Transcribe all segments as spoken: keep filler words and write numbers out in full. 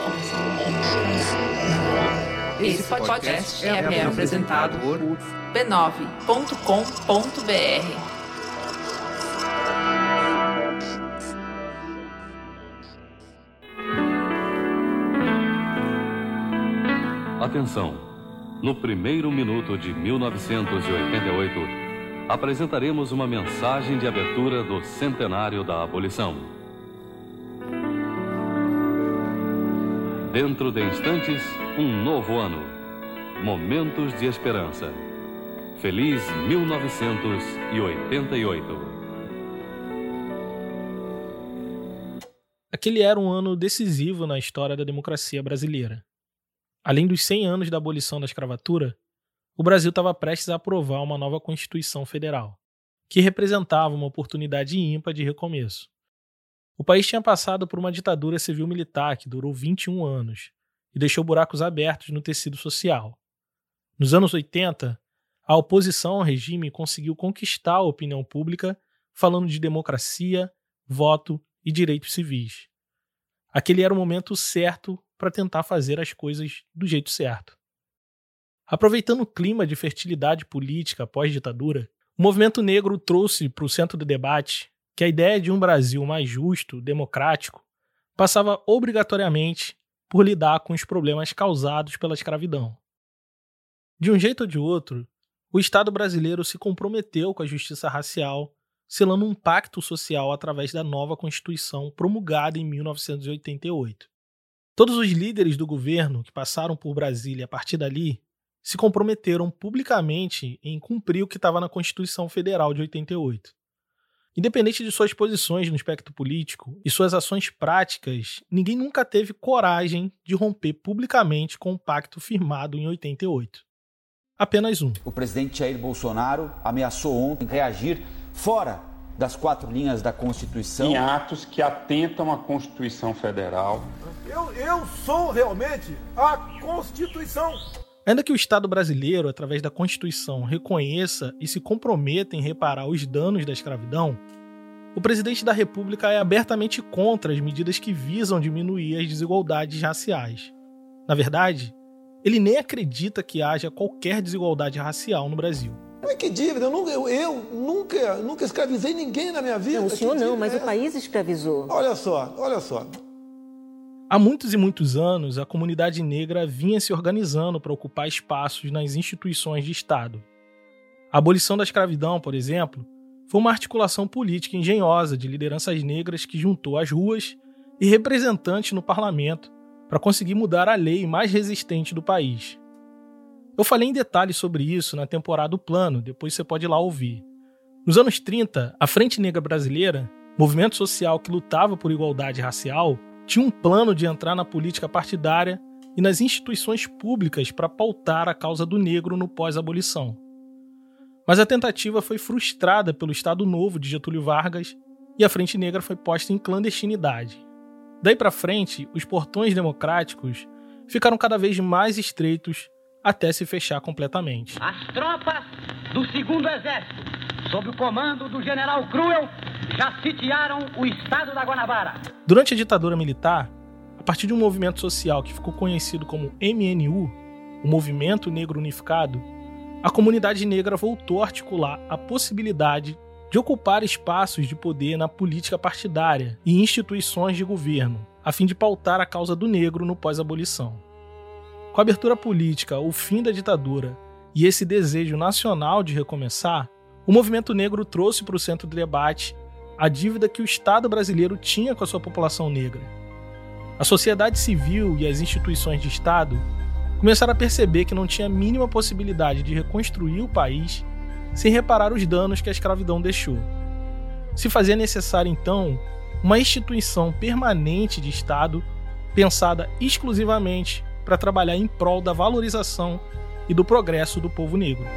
Esse podcast é, é apresentado por b nove ponto com ponto b r. Atenção! No primeiro minuto de mil novecentos e oitenta e oito, apresentaremos uma mensagem de abertura do centenário da abolição. Dentro de instantes, um novo ano. Momentos de esperança. Feliz mil novecentos e oitenta e oito. Aquele era um ano decisivo na história da democracia brasileira. Além dos cem anos da abolição da escravatura, o Brasil estava prestes a aprovar uma nova Constituição Federal, que representava uma oportunidade ímpar de recomeço. O país tinha passado por uma ditadura civil-militar que durou vinte e um anos e deixou buracos abertos no tecido social. Nos anos oitenta, a oposição ao regime conseguiu conquistar a opinião pública falando de democracia, voto e direitos civis. Aquele era o momento certo para tentar fazer as coisas do jeito certo. Aproveitando o clima de fertilidade política após-ditadura, o movimento negro trouxe para o centro do debate que a ideia de um Brasil mais justo, democrático, passava obrigatoriamente por lidar com os problemas causados pela escravidão. De um jeito ou de outro, o Estado brasileiro se comprometeu com a justiça racial, selando um pacto social através da nova Constituição promulgada em mil novecentos e oitenta e oito. Todos os líderes do governo que passaram por Brasília a partir dali se comprometeram publicamente em cumprir o que estava na Constituição Federal de oitenta e oito. Independente de suas posições no espectro político e suas ações práticas, ninguém nunca teve coragem de romper publicamente com o pacto firmado em oitenta e oito. Apenas um. O presidente Jair Bolsonaro ameaçou ontem reagir fora das quatro linhas da Constituição. Em atos que atentam à Constituição Federal. Eu, eu sou realmente a Constituição. Ainda que o Estado brasileiro, através da Constituição, reconheça e se comprometa em reparar os danos da escravidão, o presidente da República é abertamente contra as medidas que visam diminuir as desigualdades raciais. Na verdade, ele nem acredita que haja qualquer desigualdade racial no Brasil. Que dívida? Eu, nunca, eu, eu nunca, nunca escravizei ninguém na minha vida. Não, o senhor não, mas é o país escravizou. Olha só, olha só. Há muitos e muitos anos, a comunidade negra vinha se organizando para ocupar espaços nas instituições de Estado. A abolição da escravidão, por exemplo, foi uma articulação política engenhosa de lideranças negras que juntou as ruas e representantes no parlamento para conseguir mudar a lei mais resistente do país. Eu falei em detalhes sobre isso na temporada do Plano, depois você pode ir lá ouvir. Nos anos trinta, a Frente Negra Brasileira, movimento social que lutava por igualdade racial, tinha um plano de entrar na política partidária e nas instituições públicas para pautar a causa do negro no pós-abolição. Mas a tentativa foi frustrada pelo Estado Novo de Getúlio Vargas e a Frente Negra foi posta em clandestinidade. Daí para frente, os portões democráticos ficaram cada vez mais estreitos até se fechar completamente. As tropas do segundo Exército, sob o comando do general Cruel, já sitiaram o estado da Guanabara. Durante a ditadura militar, a partir de um movimento social que ficou conhecido como M N U, o Movimento Negro Unificado, a comunidade negra voltou a articular a possibilidade de ocupar espaços de poder na política partidária e instituições de governo, a fim de pautar a causa do negro no pós-abolição. Com a abertura política, o fim da ditadura e esse desejo nacional de recomeçar, o movimento negro trouxe para o centro do debate a dívida que o Estado brasileiro tinha com a sua população negra. A sociedade civil e as instituições de Estado começaram a perceber que não tinha a mínima possibilidade de reconstruir o país sem reparar os danos que a escravidão deixou. Se fazia necessário, então, uma instituição permanente de Estado pensada exclusivamente para trabalhar em prol da valorização e do progresso do povo negro.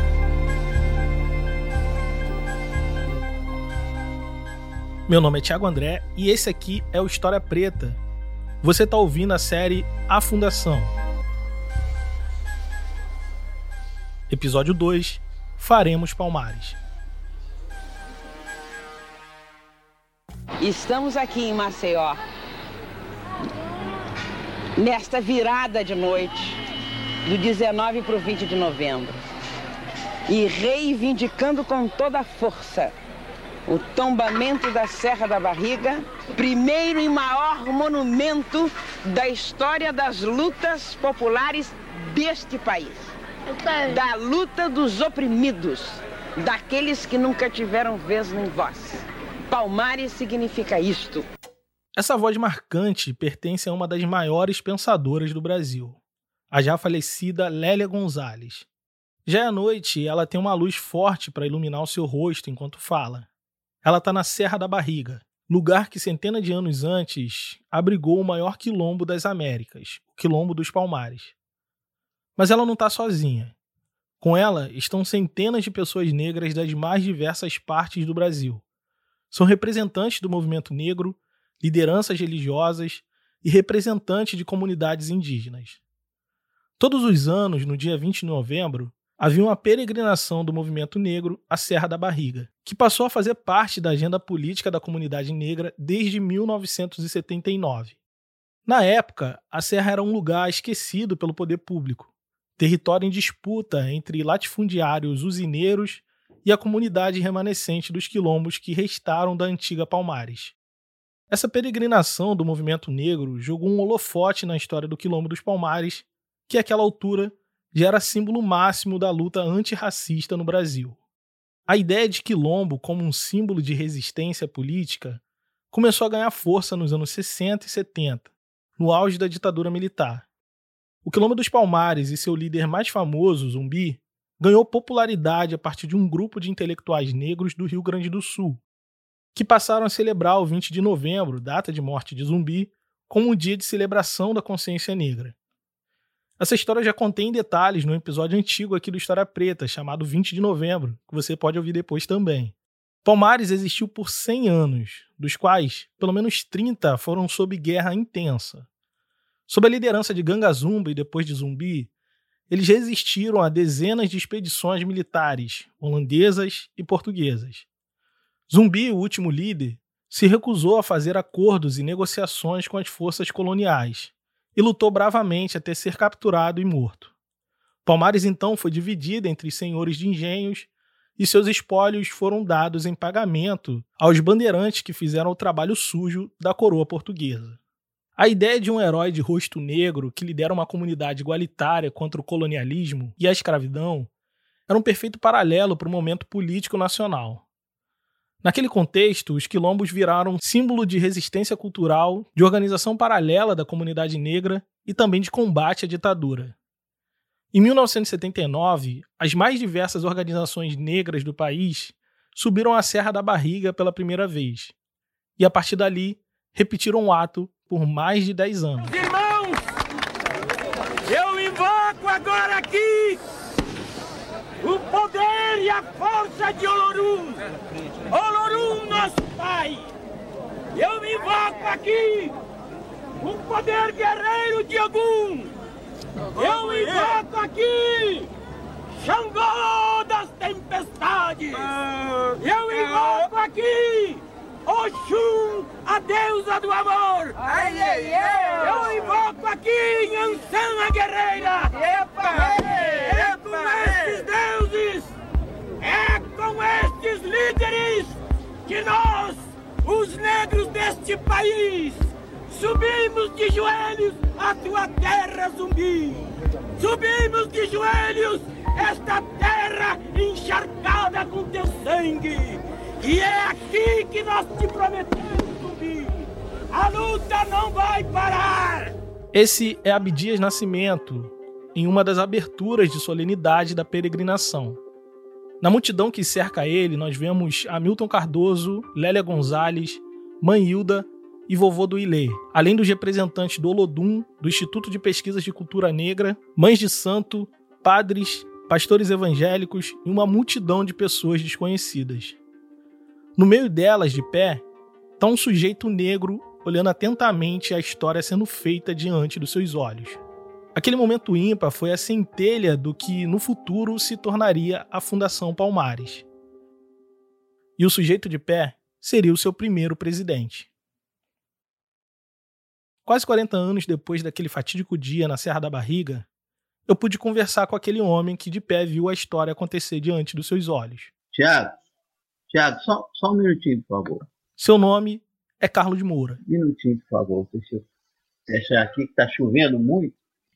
Meu nome é Thiago André e esse aqui é o História Preta. Você está ouvindo a série A Fundação. Episódio dois, Faremos Palmares. Estamos aqui em Maceió. nesta virada de noite, do dezenove para o vinte de novembro, e reivindicando com toda a força o tombamento da Serra da Barriga, primeiro e maior monumento da história das lutas populares deste país. Da luta dos oprimidos, daqueles que nunca tiveram vez nem voz. Palmares significa isto. Essa voz marcante pertence a uma das maiores pensadoras do Brasil, a já falecida Lélia Gonzalez. Já à noite, ela tem uma luz forte para iluminar o seu rosto enquanto fala. Ela está na Serra da Barriga, lugar que centenas de anos antes abrigou o maior quilombo das Américas, o Quilombo dos Palmares. Mas ela não está sozinha. Com ela estão centenas de pessoas negras das mais diversas partes do Brasil. São representantes do movimento negro, lideranças religiosas e representantes de comunidades indígenas. Todos os anos, no dia vinte de novembro, havia uma peregrinação do movimento negro à Serra da Barriga, que passou a fazer parte da agenda política da comunidade negra desde mil novecentos e setenta e nove. Na época, a Serra era um lugar esquecido pelo poder público, território em disputa entre latifundiários usineiros e a comunidade remanescente dos quilombos que restaram da antiga Palmares. Essa peregrinação do movimento negro jogou um holofote na história do Quilombo dos Palmares, que àquela altura já era símbolo máximo da luta antirracista no Brasil. A ideia de quilombo como um símbolo de resistência política começou a ganhar força nos anos sessenta e setenta, no auge da ditadura militar. O Quilombo dos Palmares e seu líder mais famoso, Zumbi, ganhou popularidade a partir de um grupo de intelectuais negros do Rio Grande do Sul, que passaram a celebrar o vinte de novembro, data de morte de Zumbi, como um dia de celebração da consciência negra. Essa história já contém detalhes no episódio antigo aqui do História Preta, chamado vinte de novembro, que você pode ouvir depois também. Palmares existiu por cem anos, dos quais pelo menos trinta foram sob guerra intensa. Sob a liderança de Ganga Zumba e depois de Zumbi, eles resistiram a dezenas de expedições militares, holandesas e portuguesas. Zumbi, o último líder, se recusou a fazer acordos e negociações com as forças coloniais e lutou bravamente até ser capturado e morto. Palmares então foi dividida entre senhores de engenhos e seus espólios foram dados em pagamento aos bandeirantes que fizeram o trabalho sujo da coroa portuguesa. A ideia de um herói de rosto negro que lidera uma comunidade igualitária contra o colonialismo e a escravidão era um perfeito paralelo para o momento político nacional. Naquele contexto, os quilombos viraram um símbolo de resistência cultural, de organização paralela da comunidade negra e também de combate à ditadura. Em mil novecentos e setenta e nove, as mais diversas organizações negras do país subiram a Serra da Barriga pela primeira vez. E a partir dali, repetiram o ato por mais de dez anos. Irmãos, eu invoco agora aqui o poder e a força de Olorum. Olorum, nosso Pai. Eu invoco aqui o poder guerreiro de Ogum. Eu invoco aqui Xangô das tempestades. Eu invoco aqui Oxum, a deusa do amor. Ai, ai, ai. Eu invoco aqui Yansan, a guerreira. Epa, é com estes deuses, é com estes líderes que nós, os negros deste país, subimos de joelhos à tua terra, Zumbi. Subimos de joelhos esta terra encharcada com teu sangue. E é aqui que nós te prometemos, Zumbi. A luta não vai parar. Esse é Abdias Nascimento, em uma das aberturas de solenidade da peregrinação. Na multidão que cerca ele, nós vemos Hamilton Cardoso, Lélia Gonzalez, Mãe Hilda e Vovô do Ilê, além dos representantes do Olodum, do Instituto de Pesquisas de Cultura Negra, mães de santo, padres, pastores evangélicos e uma multidão de pessoas desconhecidas. No meio delas, de pé, está um sujeito negro olhando atentamente a história sendo feita diante dos seus olhos. Aquele momento ímpar foi a centelha do que no futuro se tornaria a Fundação Palmares. E o sujeito de pé seria o seu primeiro presidente. quase quarenta anos depois daquele fatídico dia na Serra da Barriga, eu pude conversar com aquele homem que de pé viu a história acontecer diante dos seus olhos. Tiago, Tiago, só, só um minutinho, por favor. Seu nome é Carlos Moura. Um minutinho, por favor. Deixa eu fechar aqui que está chovendo muito.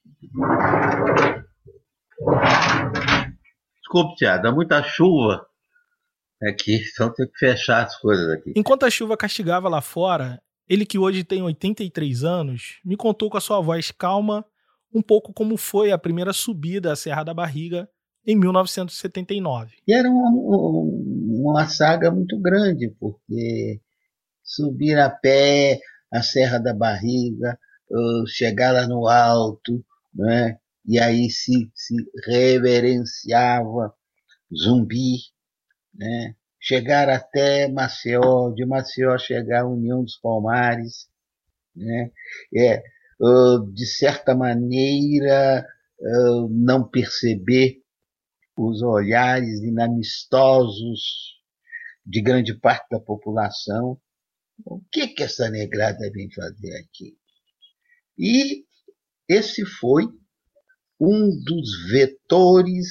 Desculpe, Tiago, dá muita chuva aqui, então tem que fechar as coisas aqui. Enquanto a chuva castigava lá fora, ele, que hoje tem oitenta e três anos, me contou com a sua voz calma um pouco como foi a primeira subida à Serra da Barriga em mil novecentos e setenta e nove. E era uma, uma saga muito grande, porque subir a pé a Serra da Barriga, chegar lá no alto, né? E aí se, se reverenciava Zumbi, né? Chegar até Maceió, de Maceió chegar à União dos Palmares, né? É, de certa maneira não perceber os olhares inamistosos de grande parte da população. O que que essa negrada vem fazer aqui? E esse foi um dos vetores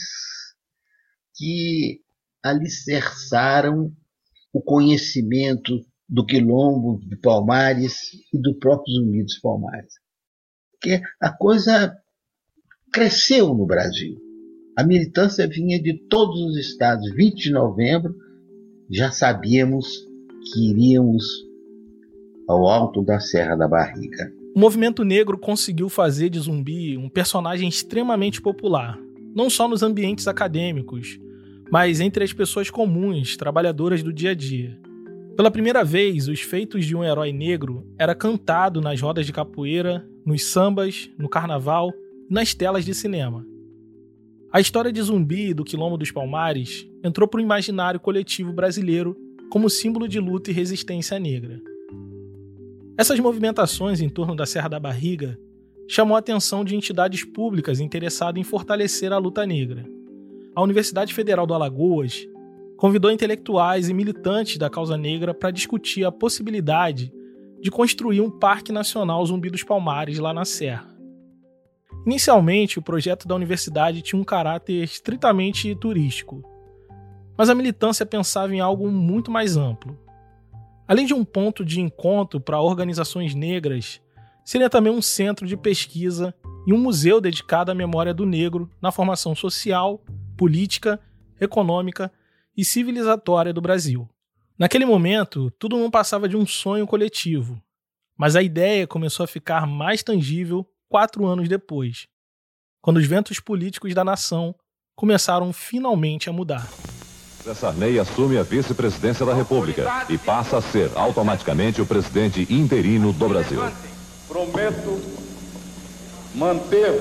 que alicerçaram o conhecimento do Quilombo de Palmares e do próprio Zumbi dos Palmares. Porque a coisa cresceu no Brasil. A militância vinha de todos os estados. vinte de novembro, já sabíamos que iríamos ao alto da Serra da Barriga. O movimento negro conseguiu fazer de Zumbi um personagem extremamente popular, não só nos ambientes acadêmicos, mas entre as pessoas comuns, trabalhadoras do dia a dia. Pela primeira vez, os feitos de um herói negro era cantado nas rodas de capoeira, nos sambas, no carnaval e nas telas de cinema. A história de Zumbi e do Quilombo dos Palmares entrou para o imaginário coletivo brasileiro como símbolo de luta e resistência negra. Essas movimentações em torno da Serra da Barriga chamou a atenção de entidades públicas interessadas em fortalecer a luta negra. A Universidade Federal do Alagoas convidou intelectuais e militantes da causa negra para discutir a possibilidade de construir um Parque Nacional Zumbi dos Palmares lá na Serra. Inicialmente, o projeto da universidade tinha um caráter estritamente turístico, mas a militância pensava em algo muito mais amplo. Além de um ponto de encontro para organizações negras, seria também um centro de pesquisa e um museu dedicado à memória do negro na formação social, política, econômica e civilizatória do Brasil. Naquele momento, tudo não passava de um sonho coletivo, mas a ideia começou a ficar mais tangível quatro anos depois, quando os ventos políticos da nação começaram finalmente a mudar. Sarney assume a vice-presidência da República e passa a ser automaticamente o presidente interino do Brasil. Prometo manter,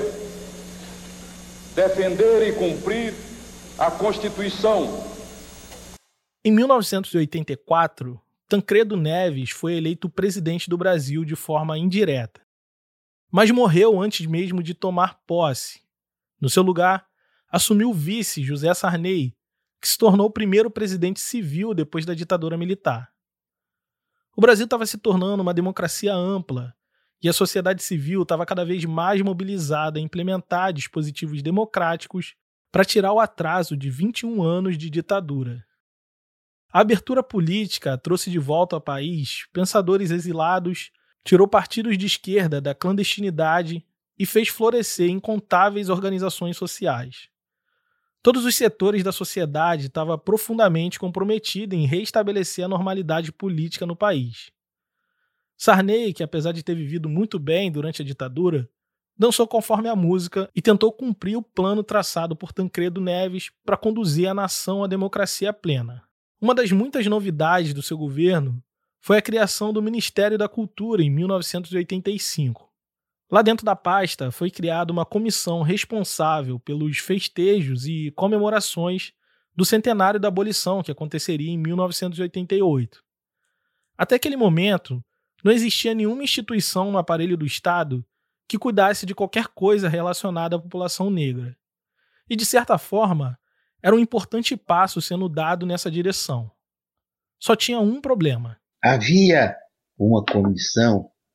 defender e cumprir a Constituição. Em mil novecentos e oitenta e quatro, Tancredo Neves foi eleito presidente do Brasil de forma indireta, mas morreu antes mesmo de tomar posse. No seu lugar, assumiu o vice José Sarney, que se tornou o primeiro presidente civil depois da ditadura militar. O Brasil estava se tornando uma democracia ampla e a sociedade civil estava cada vez mais mobilizada a implementar dispositivos democráticos para tirar o atraso de vinte e um anos de ditadura. A abertura política trouxe de volta ao país pensadores exilados, tirou partidos de esquerda da clandestinidade e fez florescer incontáveis organizações sociais. Todos os setores da sociedade estavam profundamente comprometidos em reestabelecer a normalidade política no país. Sarney, que apesar de ter vivido muito bem durante a ditadura, dançou conforme a música e tentou cumprir o plano traçado por Tancredo Neves para conduzir a nação à democracia plena. Uma das muitas novidades do seu governo foi a criação do Ministério da Cultura em mil novecentos e oitenta e cinco. Lá dentro da pasta foi criada uma comissão responsável pelos festejos e comemorações do centenário da abolição, que aconteceria em mil novecentos e oitenta e oito. Até aquele momento, não existia nenhuma instituição no aparelho do Estado que cuidasse de qualquer coisa relacionada à população negra. E, de certa forma, era um importante passo sendo dado nessa direção. Só tinha um problema. Havia uma comissão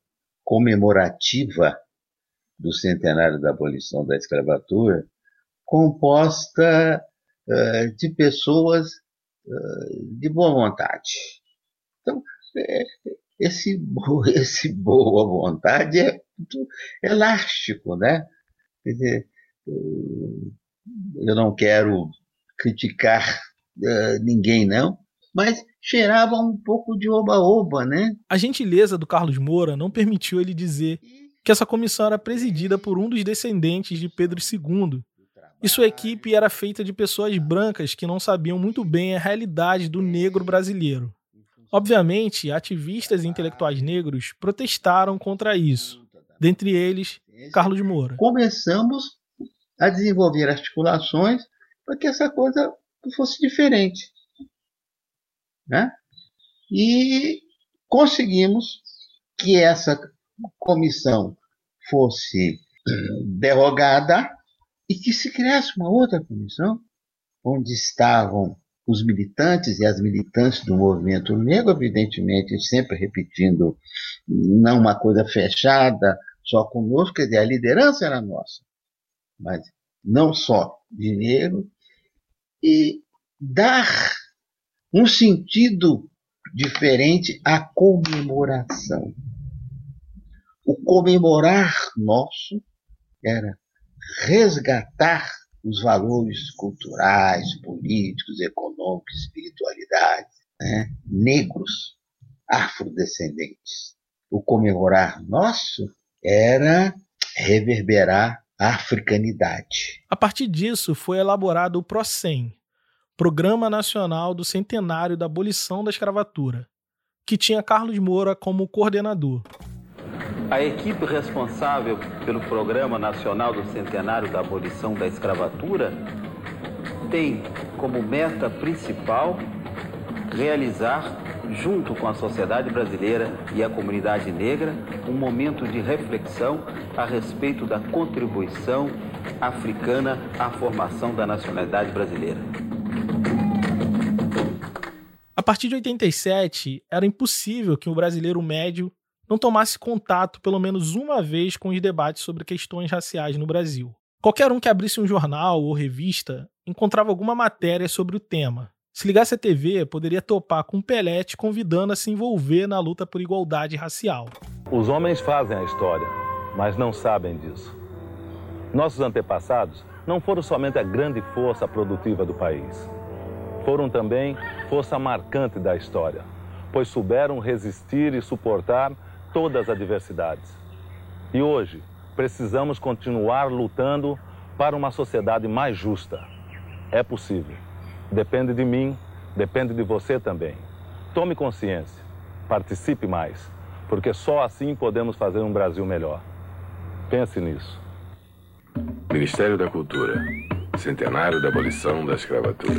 comemorativa do centenário da abolição da escravatura, composta uh, de pessoas uh, de boa vontade. Então, é, esse, esse boa vontade é muito elástico, né? Quer dizer, eu não quero criticar uh, ninguém, não, mas cheirava um pouco de oba-oba, né? A gentileza do Carlos Moura não permitiu ele dizer que essa comissão era presidida por um dos descendentes de Pedro segundo, e sua equipe era feita de pessoas brancas que não sabiam muito bem a realidade do negro brasileiro. Obviamente, ativistas e intelectuais negros protestaram contra isso, dentre eles, Carlos Moura. Começamos a desenvolver articulações para que essa coisa fosse diferente, né? E conseguimos que essa comissão fosse derrogada e que se criasse uma outra comissão, onde estavam os militantes e as militantes do movimento negro, evidentemente, sempre repetindo, não uma coisa fechada, só conosco, quer dizer, a liderança era nossa, mas não só de negro, e dar um sentido diferente à comemoração. O comemorar nosso era resgatar os valores culturais, políticos, econômicos, espiritualidade, né? Negros, afrodescendentes. O comemorar nosso era reverberar a africanidade. A partir disso, foi elaborado o PROCEM, Programa Nacional do Centenário da Abolição da Escravatura, que tinha Carlos Moura como coordenador. A equipe responsável pelo Programa Nacional do Centenário da Abolição da Escravatura tem como meta principal realizar, junto com a sociedade brasileira e a comunidade negra, um momento de reflexão a respeito da contribuição africana à formação da nacionalidade brasileira. A partir de oitenta e sete, era impossível que o brasileiro médio não tomasse contato pelo menos uma vez com os debates sobre questões raciais no Brasil. Qualquer um que abrisse um jornal ou revista encontrava alguma matéria sobre o tema. Se ligasse à T V, poderia topar com Pelé te convidando a se envolver na luta por igualdade racial. Os homens fazem a história, mas não sabem disso. Nossos antepassados não foram somente a grande força produtiva do país. Foram também força marcante da história, pois souberam resistir e suportar todas as adversidades. E hoje, precisamos continuar lutando para uma sociedade mais justa. É possível. Depende de mim, depende de você também. Tome consciência, participe mais, porque só assim podemos fazer um Brasil melhor. Pense nisso. Ministério da Cultura. Centenário da Abolição da Escravatura.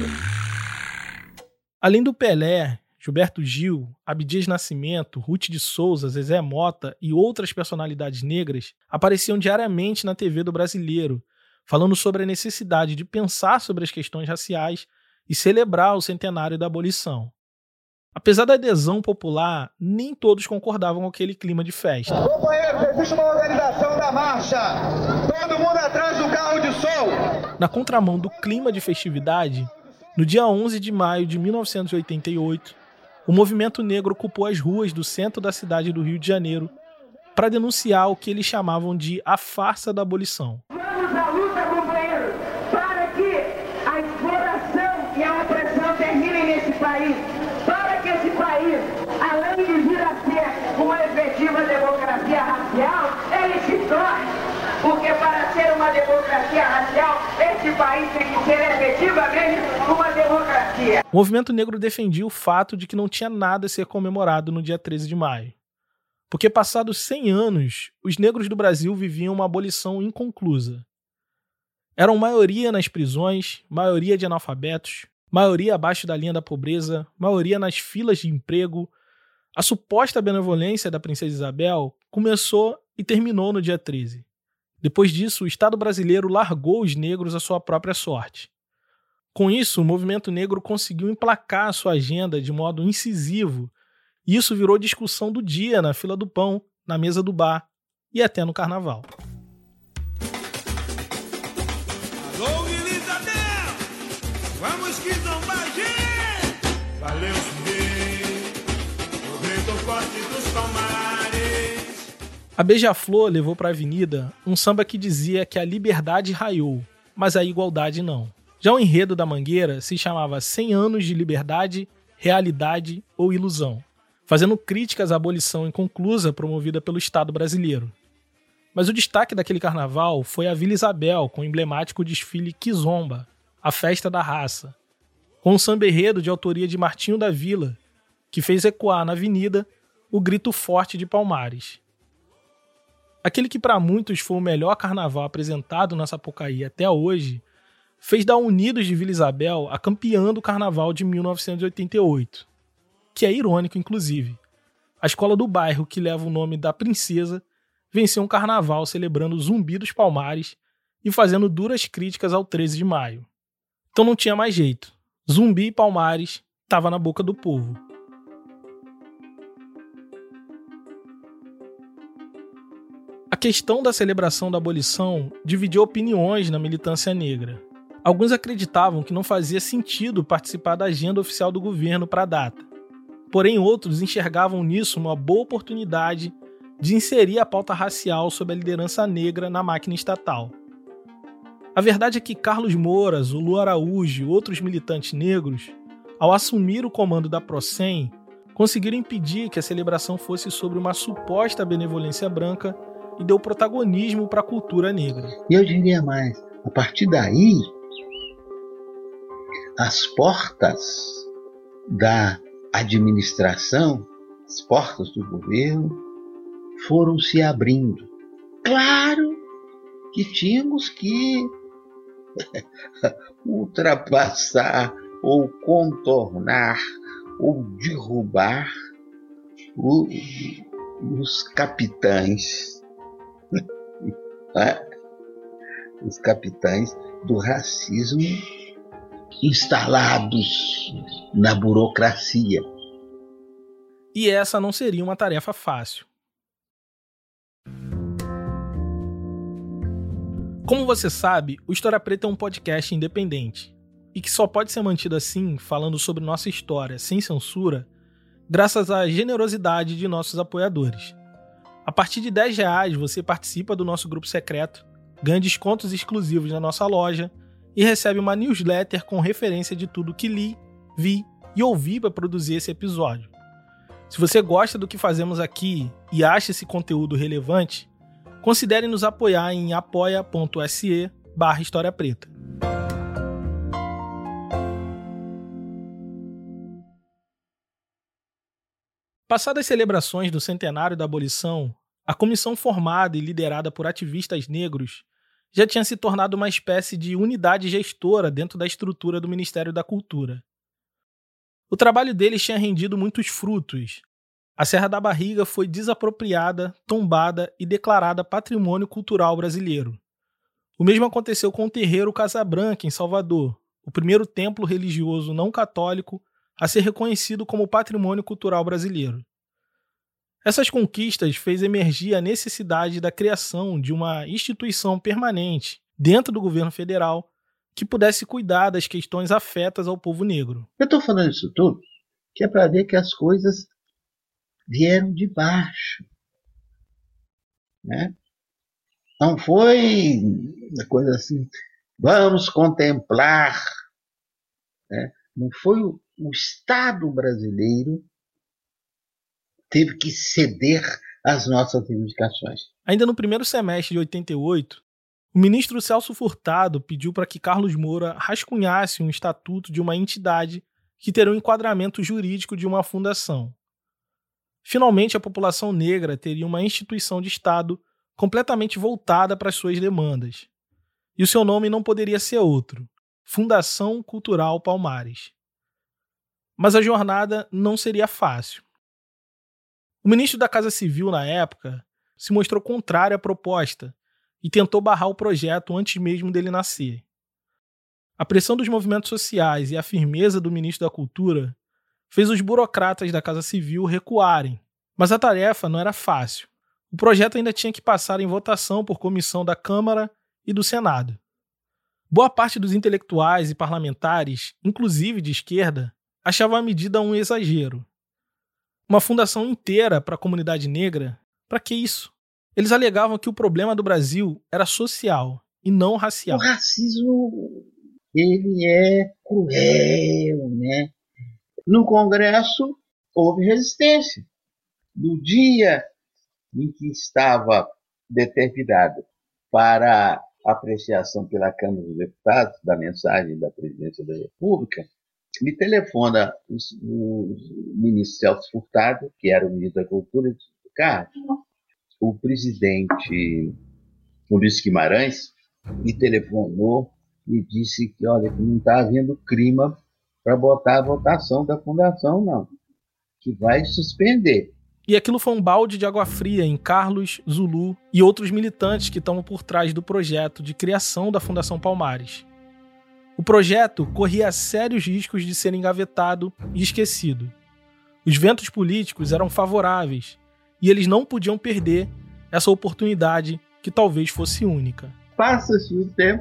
Além do Pelé, Gilberto Gil, Abdias Nascimento, Ruth de Souza, Zezé Mota e outras personalidades negras apareciam diariamente na T V do brasileiro, falando sobre a necessidade de pensar sobre as questões raciais e celebrar o centenário da abolição. Apesar da adesão popular, nem todos concordavam com aquele clima de festa. Companheiros, existe uma organização da marcha. Todo mundo atrás do carro de som. Na contramão do clima de festividade, no dia onze de maio de mil novecentos e oitenta e oito, o movimento negro ocupou as ruas do centro da cidade do Rio de Janeiro para denunciar o que eles chamavam de a farsa da abolição. Vamos à luta, companheiros, para que a exploração e a opressão terminem nesse país, para que esse país, além de vir a ser uma efetiva democracia racial, ele se torne. Porque para ser uma democracia racial, esse país tem que ser efetivamente uma democracia. O movimento negro defendia o fato de que não tinha nada a ser comemorado no dia treze de maio. Porque passados cem anos, os negros do Brasil viviam uma abolição inconclusa. Eram maioria nas prisões, maioria de analfabetos, maioria abaixo da linha da pobreza, maioria nas filas de emprego. A suposta benevolência da princesa Isabel começou e terminou no dia treze. Depois disso, o Estado brasileiro largou os negros à sua própria sorte. Com isso, o movimento negro conseguiu emplacar a sua agenda de modo incisivo, e isso virou discussão do dia na fila do pão, na mesa do bar e até no carnaval. Alô, Vila Isabel! Vamos que zombar, gente! Valeu, Chumbi! O grito forte dos Palmares! A Beija-Flor levou para a avenida um samba que dizia que a liberdade raiou, mas a igualdade não. Já o enredo da Mangueira se chamava cem anos de liberdade, realidade ou ilusão, fazendo críticas à abolição inconclusa promovida pelo Estado brasileiro. Mas o destaque daquele carnaval foi a Vila Isabel, com o emblemático desfile Kizomba, a festa da raça, com um samba-enredo de autoria de Martinho da Vila, que fez ecoar na avenida o grito forte de Palmares. Aquele que para muitos foi o melhor carnaval apresentado na Sapucaí até hoje, fez da Unidos de Vila Isabel a campeã do carnaval de mil novecentos e oitenta e oito, que é irônico inclusive. A escola do bairro, que leva o nome da princesa, venceu um carnaval celebrando o Zumbi dos Palmares e fazendo duras críticas ao treze de maio. Então não tinha mais jeito. Zumbi e Palmares estava na boca do povo. A questão da celebração da abolição dividiu opiniões na militância negra. Alguns acreditavam que não fazia sentido participar da agenda oficial do governo para a data. Porém, outros enxergavam nisso uma boa oportunidade de inserir a pauta racial sob a liderança negra na máquina estatal. A verdade é que Carlos Moura, Zulu Araújo e outros militantes negros, ao assumir o comando da Procem, conseguiram impedir que a celebração fosse sobre uma suposta benevolência branca e deu protagonismo para a cultura negra. E eu diria mais, a partir daí, as portas da administração, as portas do governo, foram se abrindo. Claro que tínhamos que ultrapassar ou contornar ou derrubar o, os capitães, né? Os capitães do racismo instalados na burocracia. E essa não seria uma tarefa fácil. Como você sabe, o História Preta é um podcast independente e que só pode ser mantido assim, falando sobre nossa história sem censura, graças à generosidade de nossos apoiadores. A partir de dez reais você participa do nosso grupo secreto, ganha descontos exclusivos na nossa loja e recebe uma newsletter com referência de tudo que li, vi e ouvi para produzir esse episódio. Se você gosta do que fazemos aqui e acha esse conteúdo relevante, considere nos apoiar em apoia.se barra História Preta. Passadas as celebrações do centenário da abolição, a comissão formada e liderada por ativistas negros já tinha se tornado uma espécie de unidade gestora dentro da estrutura do Ministério da Cultura. O trabalho deles tinha rendido muitos frutos. A Serra da Barriga foi desapropriada, tombada e declarada Patrimônio Cultural Brasileiro. O mesmo aconteceu com o Terreiro Casa Branca, em Salvador, o primeiro templo religioso não católico a ser reconhecido como Patrimônio Cultural Brasileiro. Essas conquistas fez emergir a necessidade da criação de uma instituição permanente dentro do governo federal que pudesse cuidar das questões afetas ao povo negro. Eu estou falando isso tudo que é para ver que as coisas vieram de baixo, né? Não foi uma coisa assim, vamos contemplar, né? Não foi o, o Estado brasileiro teve que ceder às nossas reivindicações. Ainda no primeiro semestre de oitenta e oito, o ministro Celso Furtado pediu para que Carlos Moura rascunhasse um estatuto de uma entidade que teria um enquadramento jurídico de uma fundação. Finalmente, a população negra teria uma instituição de Estado completamente voltada para as suas demandas. E o seu nome não poderia ser outro: Fundação Cultural Palmares. Mas a jornada não seria fácil. O ministro da Casa Civil, na época, se mostrou contrário à proposta e tentou barrar o projeto antes mesmo dele nascer. A pressão dos movimentos sociais e a firmeza do ministro da Cultura fez os burocratas da Casa Civil recuarem, mas a tarefa não era fácil. o projeto ainda tinha que passar em votação por comissão da Câmara e do Senado. Boa parte dos intelectuais e parlamentares, inclusive de esquerda, achava a medida um exagero. Uma fundação inteira para a comunidade negra? Para que isso? Eles alegavam que o problema do Brasil era social e não racial. O racismo, ele é cruel, né? No Congresso houve resistência. No dia em que estava determinado para apreciação pela Câmara dos Deputados da mensagem da Presidência da República, me telefona o, o ministro Celso Furtado, que era o ministro da Cultura, e disse: Carlos, o presidente Ulisses Guimarães me telefonou e disse que, olha, que não está havendo clima para botar a votação da fundação, não, que vai suspender. E aquilo foi um balde de água fria em Carlos, Zulu e outros militantes que estavam por trás do projeto de criação da Fundação Palmares. O projeto corria sérios riscos de ser engavetado e esquecido. Os ventos políticos eram favoráveis e eles não podiam perder essa oportunidade que talvez fosse única. Passa-se o tempo,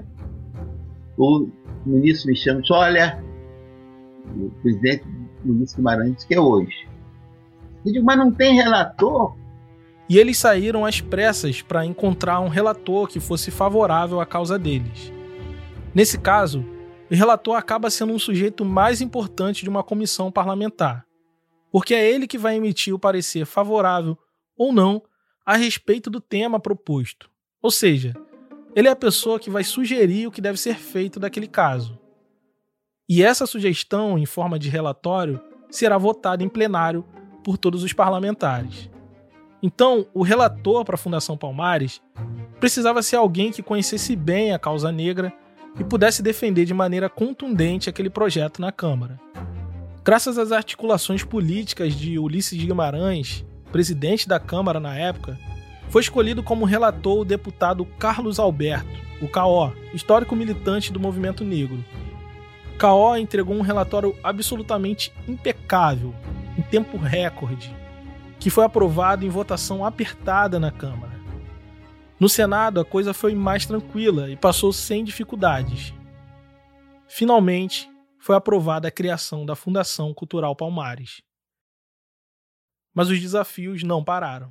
o ministro me chama e diz: olha, o presidente Ulisses Guimarães disse que é hoje. Eu digo: mas não tem relator? E eles saíram às pressas para encontrar um relator que fosse favorável à causa deles. Nesse caso, o relator acaba sendo um sujeito mais importante de uma comissão parlamentar, porque é ele que vai emitir o parecer favorável ou não a respeito do tema proposto. Ou seja, ele é a pessoa que vai sugerir o que deve ser feito daquele caso. E essa sugestão, em forma de relatório, será votada em plenário por todos os parlamentares. Então, o relator para a Fundação Palmares precisava ser alguém que conhecesse bem a causa negra e pudesse defender de maneira contundente aquele projeto na Câmara. Graças às articulações políticas de Ulisses Guimarães, presidente da Câmara na época, foi escolhido como relator o deputado Carlos Alberto, o K O, histórico militante do movimento negro. K O entregou um relatório absolutamente impecável, em tempo recorde, que foi aprovado em votação apertada na Câmara. No Senado, a coisa foi mais tranquila e passou sem dificuldades. Finalmente, foi aprovada a criação da Fundação Cultural Palmares. Mas os desafios não pararam.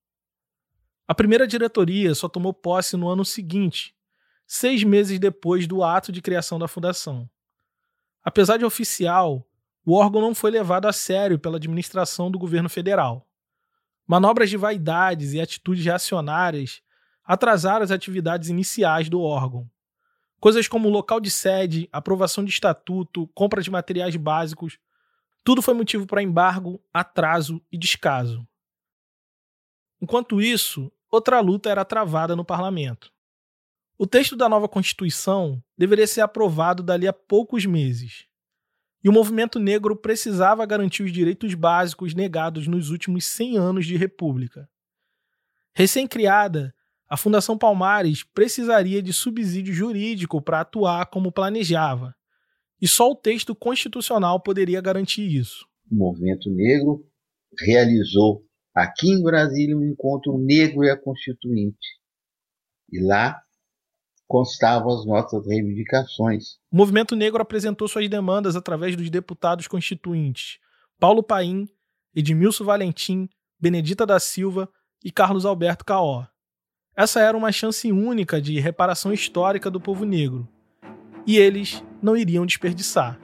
A primeira diretoria só tomou posse no ano seguinte, seis meses depois do ato de criação da fundação. Apesar de oficial, o órgão não foi levado a sério pela administração do governo federal. Manobras de vaidades e atitudes reacionárias atrasaram as atividades iniciais do órgão. Coisas como local de sede, aprovação de estatuto, compra de materiais básicos, tudo foi motivo para embargo, atraso e descaso. Enquanto isso, outra luta era travada no parlamento. O texto da nova Constituição deveria ser aprovado dali a poucos meses. E o movimento negro precisava garantir os direitos básicos negados nos últimos cem anos de república. Recém-criada, a Fundação Palmares precisaria de subsídio jurídico para atuar como planejava, e só o texto constitucional poderia garantir isso. O movimento negro realizou aqui em Brasília um encontro negro e a Constituinte, e lá constavam as nossas reivindicações. O movimento negro apresentou suas demandas através dos deputados constituintes Paulo Paim, Edmilson Valentim, Benedita da Silva e Carlos Alberto K O. Essa era uma chance única de reparação histórica do povo negro, e eles não iriam desperdiçar.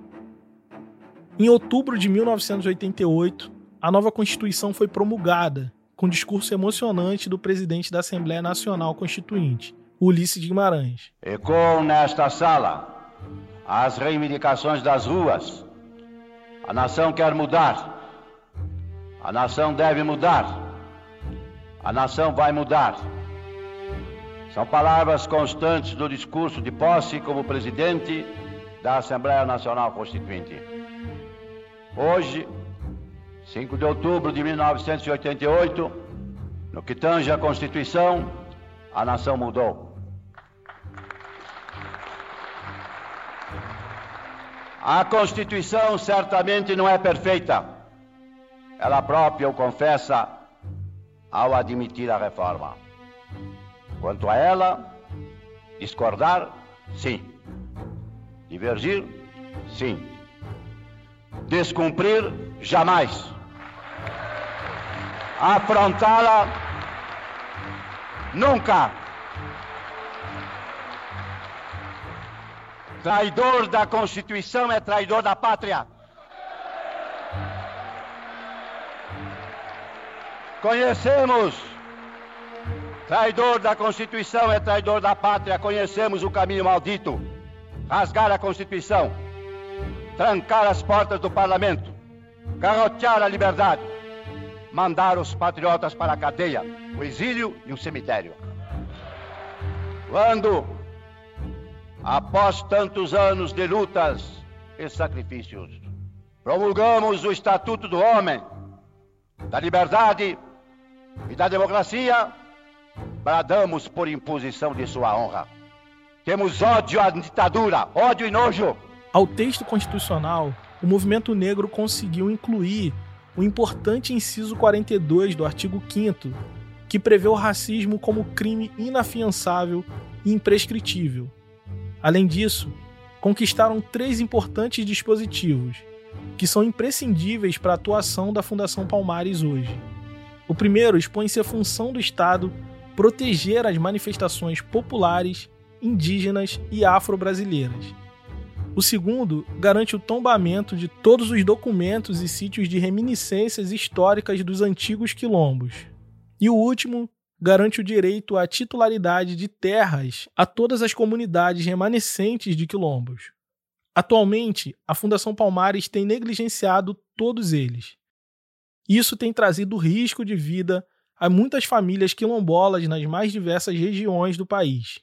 Em outubro de mil novecentos e oitenta e oito, a nova Constituição foi promulgada, com um discurso emocionante do presidente da Assembleia Nacional Constituinte, Ulisses Guimarães. Ecoam nesta sala as reivindicações das ruas. A nação quer mudar. A nação deve mudar. A nação vai mudar. São palavras constantes do discurso de posse como presidente da Assembleia Nacional Constituinte. Hoje, cinco de outubro de mil novecentos e oitenta e oito, no que tange à Constituição, a nação mudou. A Constituição certamente não é perfeita. Ela própria o confessa ao admitir a reforma. Quanto a ela, discordar, sim. Divergir, sim. Descumprir, jamais. Afrontá-la, nunca. Traidor da Constituição é traidor da pátria. Conhecemos, traidor da Constituição é traidor da pátria, conhecemos o caminho maldito, rasgar a Constituição, trancar as portas do Parlamento, garrotear a liberdade, mandar os patriotas para a cadeia, o exílio e o cemitério. Quando, após tantos anos de lutas e sacrifícios, promulgamos o Estatuto do Homem, da Liberdade e da democracia, bradamos por imposição de sua honra. Temos ódio à ditadura, ódio e nojo. Ao texto constitucional, o movimento negro conseguiu incluir o importante inciso quarenta e dois do artigo quinto, que prevê o racismo como crime inafiançável e imprescritível. Além disso, conquistaram três importantes dispositivos, que são imprescindíveis para a atuação da Fundação Palmares hoje. O primeiro expõe-se a função do Estado proteger as manifestações populares, indígenas e afro-brasileiras. O segundo garante o tombamento de todos os documentos e sítios de reminiscências históricas dos antigos quilombos. E o último garante o direito à titularidade de terras a todas as comunidades remanescentes de quilombos. Atualmente, a Fundação Palmares tem negligenciado todos eles. Isso tem trazido risco de vida a muitas famílias quilombolas nas mais diversas regiões do país.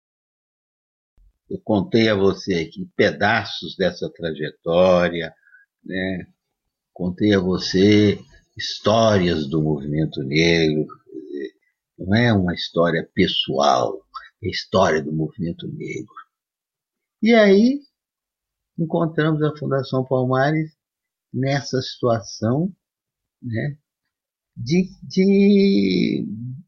Eu contei a você aqui pedaços dessa trajetória, né? Contei a você histórias do movimento negro. Não é uma história pessoal, é a história do movimento negro. E aí encontramos a Fundação Palmares nessa situação, né, de, de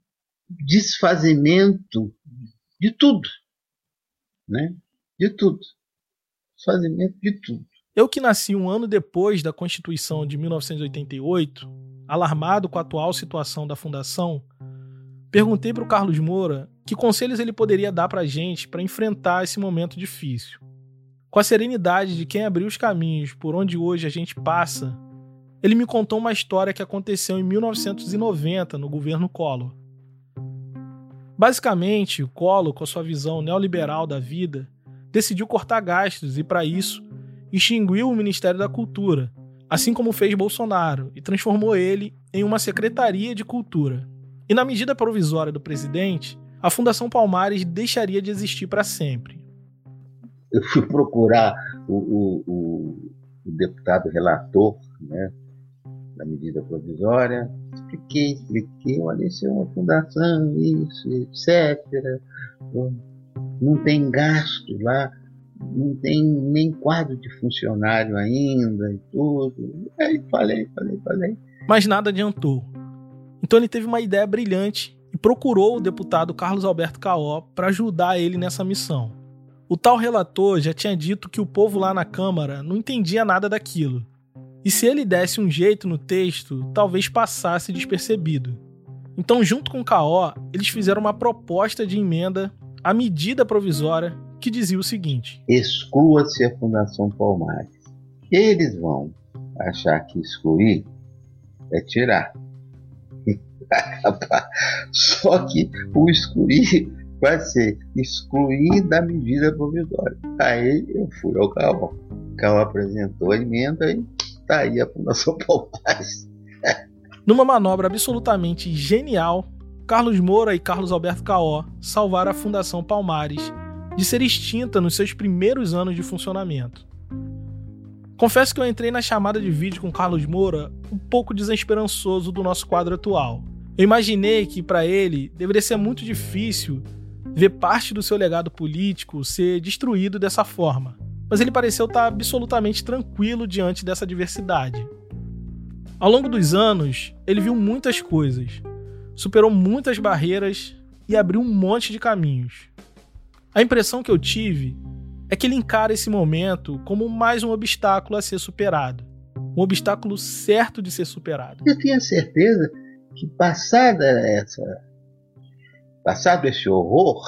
desfazimento de tudo, né? De tudo. Desfazimento de tudo. Eu que nasci um ano depois da Constituição de mil novecentos e oitenta e oito, alarmado com a atual situação da Fundação, perguntei para o Carlos Moura que conselhos ele poderia dar para a gente para enfrentar esse momento difícil. Com a serenidade de quem abriu os caminhos por onde hoje a gente passa, ele me contou uma história que aconteceu em mil novecentos e noventa, no governo Collor. Basicamente, o Collor, com a sua visão neoliberal da vida, decidiu cortar gastos e, para isso, extinguiu o Ministério da Cultura, assim como fez Bolsonaro, e transformou ele em uma Secretaria de Cultura. E na medida provisória do presidente, a Fundação Palmares deixaria de existir para sempre. Eu fui procurar o, o, o, o deputado relator, né, da medida provisória, expliquei, expliquei, olha, isso é uma fundação, isso, etcétera. Não tem gasto lá, não tem nem quadro de funcionário ainda e tudo. Aí falei, falei, falei. Mas nada adiantou. Então ele teve uma ideia brilhante e procurou o deputado Carlos Alberto Caó para ajudar ele nessa missão. O tal relator já tinha dito que o povo lá na Câmara não entendia nada daquilo. E se ele desse um jeito no texto, talvez passasse despercebido. Então, junto com o Caó, eles fizeram uma proposta de emenda à medida provisória que dizia o seguinte: exclua-se a Fundação Palmares. Eles vão achar que excluir é tirar. Só que o excluir vai ser excluir da medida provisória. Aí eu fui ao Caó. O Caó apresentou a emenda e tá aí a Fundação Palmares. Numa manobra absolutamente genial, Carlos Moura e Carlos Alberto Caó salvaram a Fundação Palmares de ser extinta nos seus primeiros anos de funcionamento. Confesso que eu entrei na chamada de vídeo com Carlos Moura um pouco desesperançoso do nosso quadro atual. Eu imaginei que, para ele, deveria ser muito difícil ver parte do seu legado político ser destruído dessa forma. Mas ele pareceu estar absolutamente tranquilo diante dessa adversidade. Ao longo dos anos, ele viu muitas coisas, superou muitas barreiras e abriu um monte de caminhos. A impressão que eu tive é que ele encara esse momento como mais um obstáculo a ser superado. Um obstáculo certo de ser superado. Eu tinha certeza que passada essa, passado esse horror,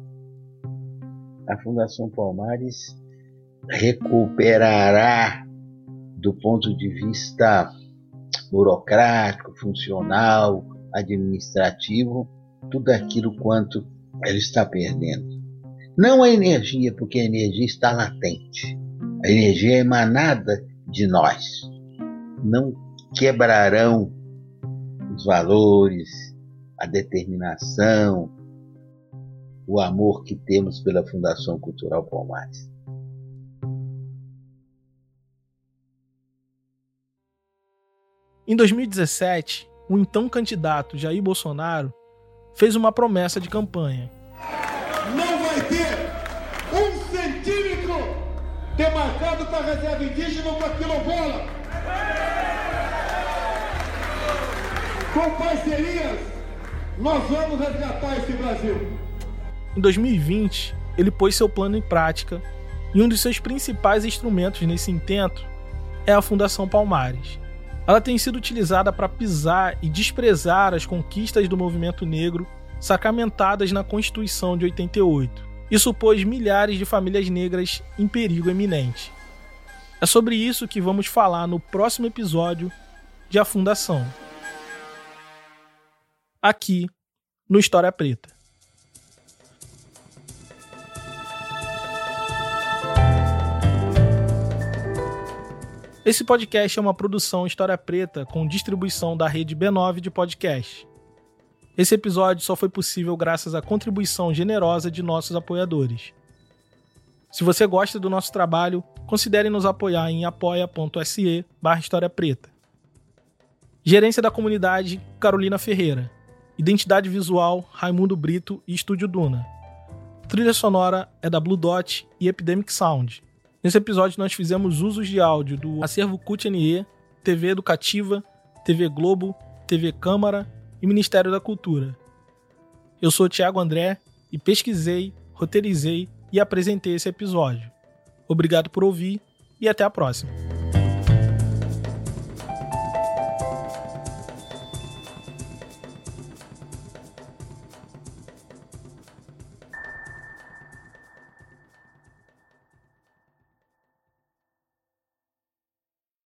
a Fundação Palmares recuperará do ponto de vista burocrático, funcional, administrativo, tudo aquilo quanto ela está perdendo. Não a energia, porque a energia está latente. A energia é emanada de nós. Não quebrarão os valores, a determinação, o amor que temos pela Fundação Cultural Palmares. Em dois mil e dezessete, o então candidato Jair Bolsonaro fez uma promessa de campanha. Não vai ter um centímetro demarcado para a reserva indígena ou para a quilombola. Com parcerias, nós vamos resgatar esse Brasil. Em dois mil e vinte, ele pôs seu plano em prática e um dos seus principais instrumentos nesse intento é a Fundação Palmares. Ela tem sido utilizada para pisar e desprezar as conquistas do movimento negro sacramentadas na Constituição de oitenta e oito. Isso pôs milhares de famílias negras em perigo iminente. É sobre isso que vamos falar no próximo episódio de A Fundação. Aqui, no História Preta. Esse podcast é uma produção História Preta com distribuição da rede B nove de podcast. Esse episódio só foi possível graças à contribuição generosa de nossos apoiadores. Se você gosta do nosso trabalho, considere nos apoiar em apoia.se barra História Preta. Gerência da Comunidade, Carolina Ferreira. Identidade Visual, Raimundo Brito e Estúdio Duna. Trilha sonora é da Blue Dot e Epidemic Sound. Nesse episódio nós fizemos usos de áudio do Acervo C U T N E, T V Educativa, T V Globo, T V Câmara e Ministério da Cultura. Eu sou Thiago André e pesquisei, roteirizei e apresentei esse episódio. Obrigado por ouvir e até a próxima.